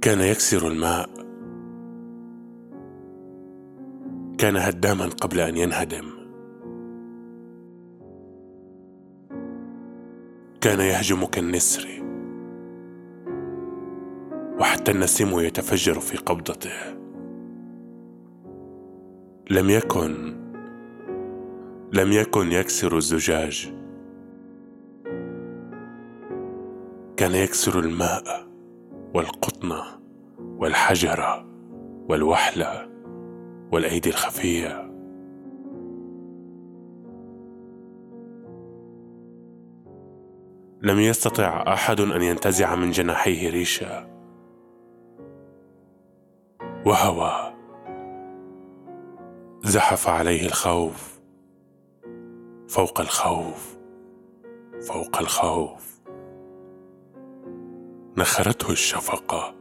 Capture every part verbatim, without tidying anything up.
كان يكسر الماء، كان هداما قبل أن ينهدم، كان يهجم كالنسر، وحتى النسيم يتفجر في قبضته. لم يكن لم يكن يكسر الزجاج، كان يكسر الماء والقطن والحجر والوحل والأيدي الخفية. لم يستطع أحد أن ينتزع من جناحيه ريشة، وهوى زحف عليه الخوف فوق الخوف فوق الخوف. نخرته الشفقة،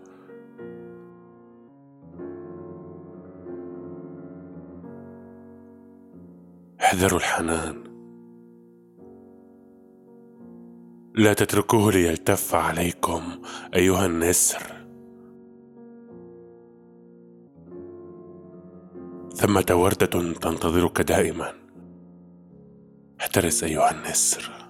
احذروا الحنان، لا تتركوه ليلتف عليكم أيها النسر. ثمة وردة تنتظرك دائما، احترس أيها النسر.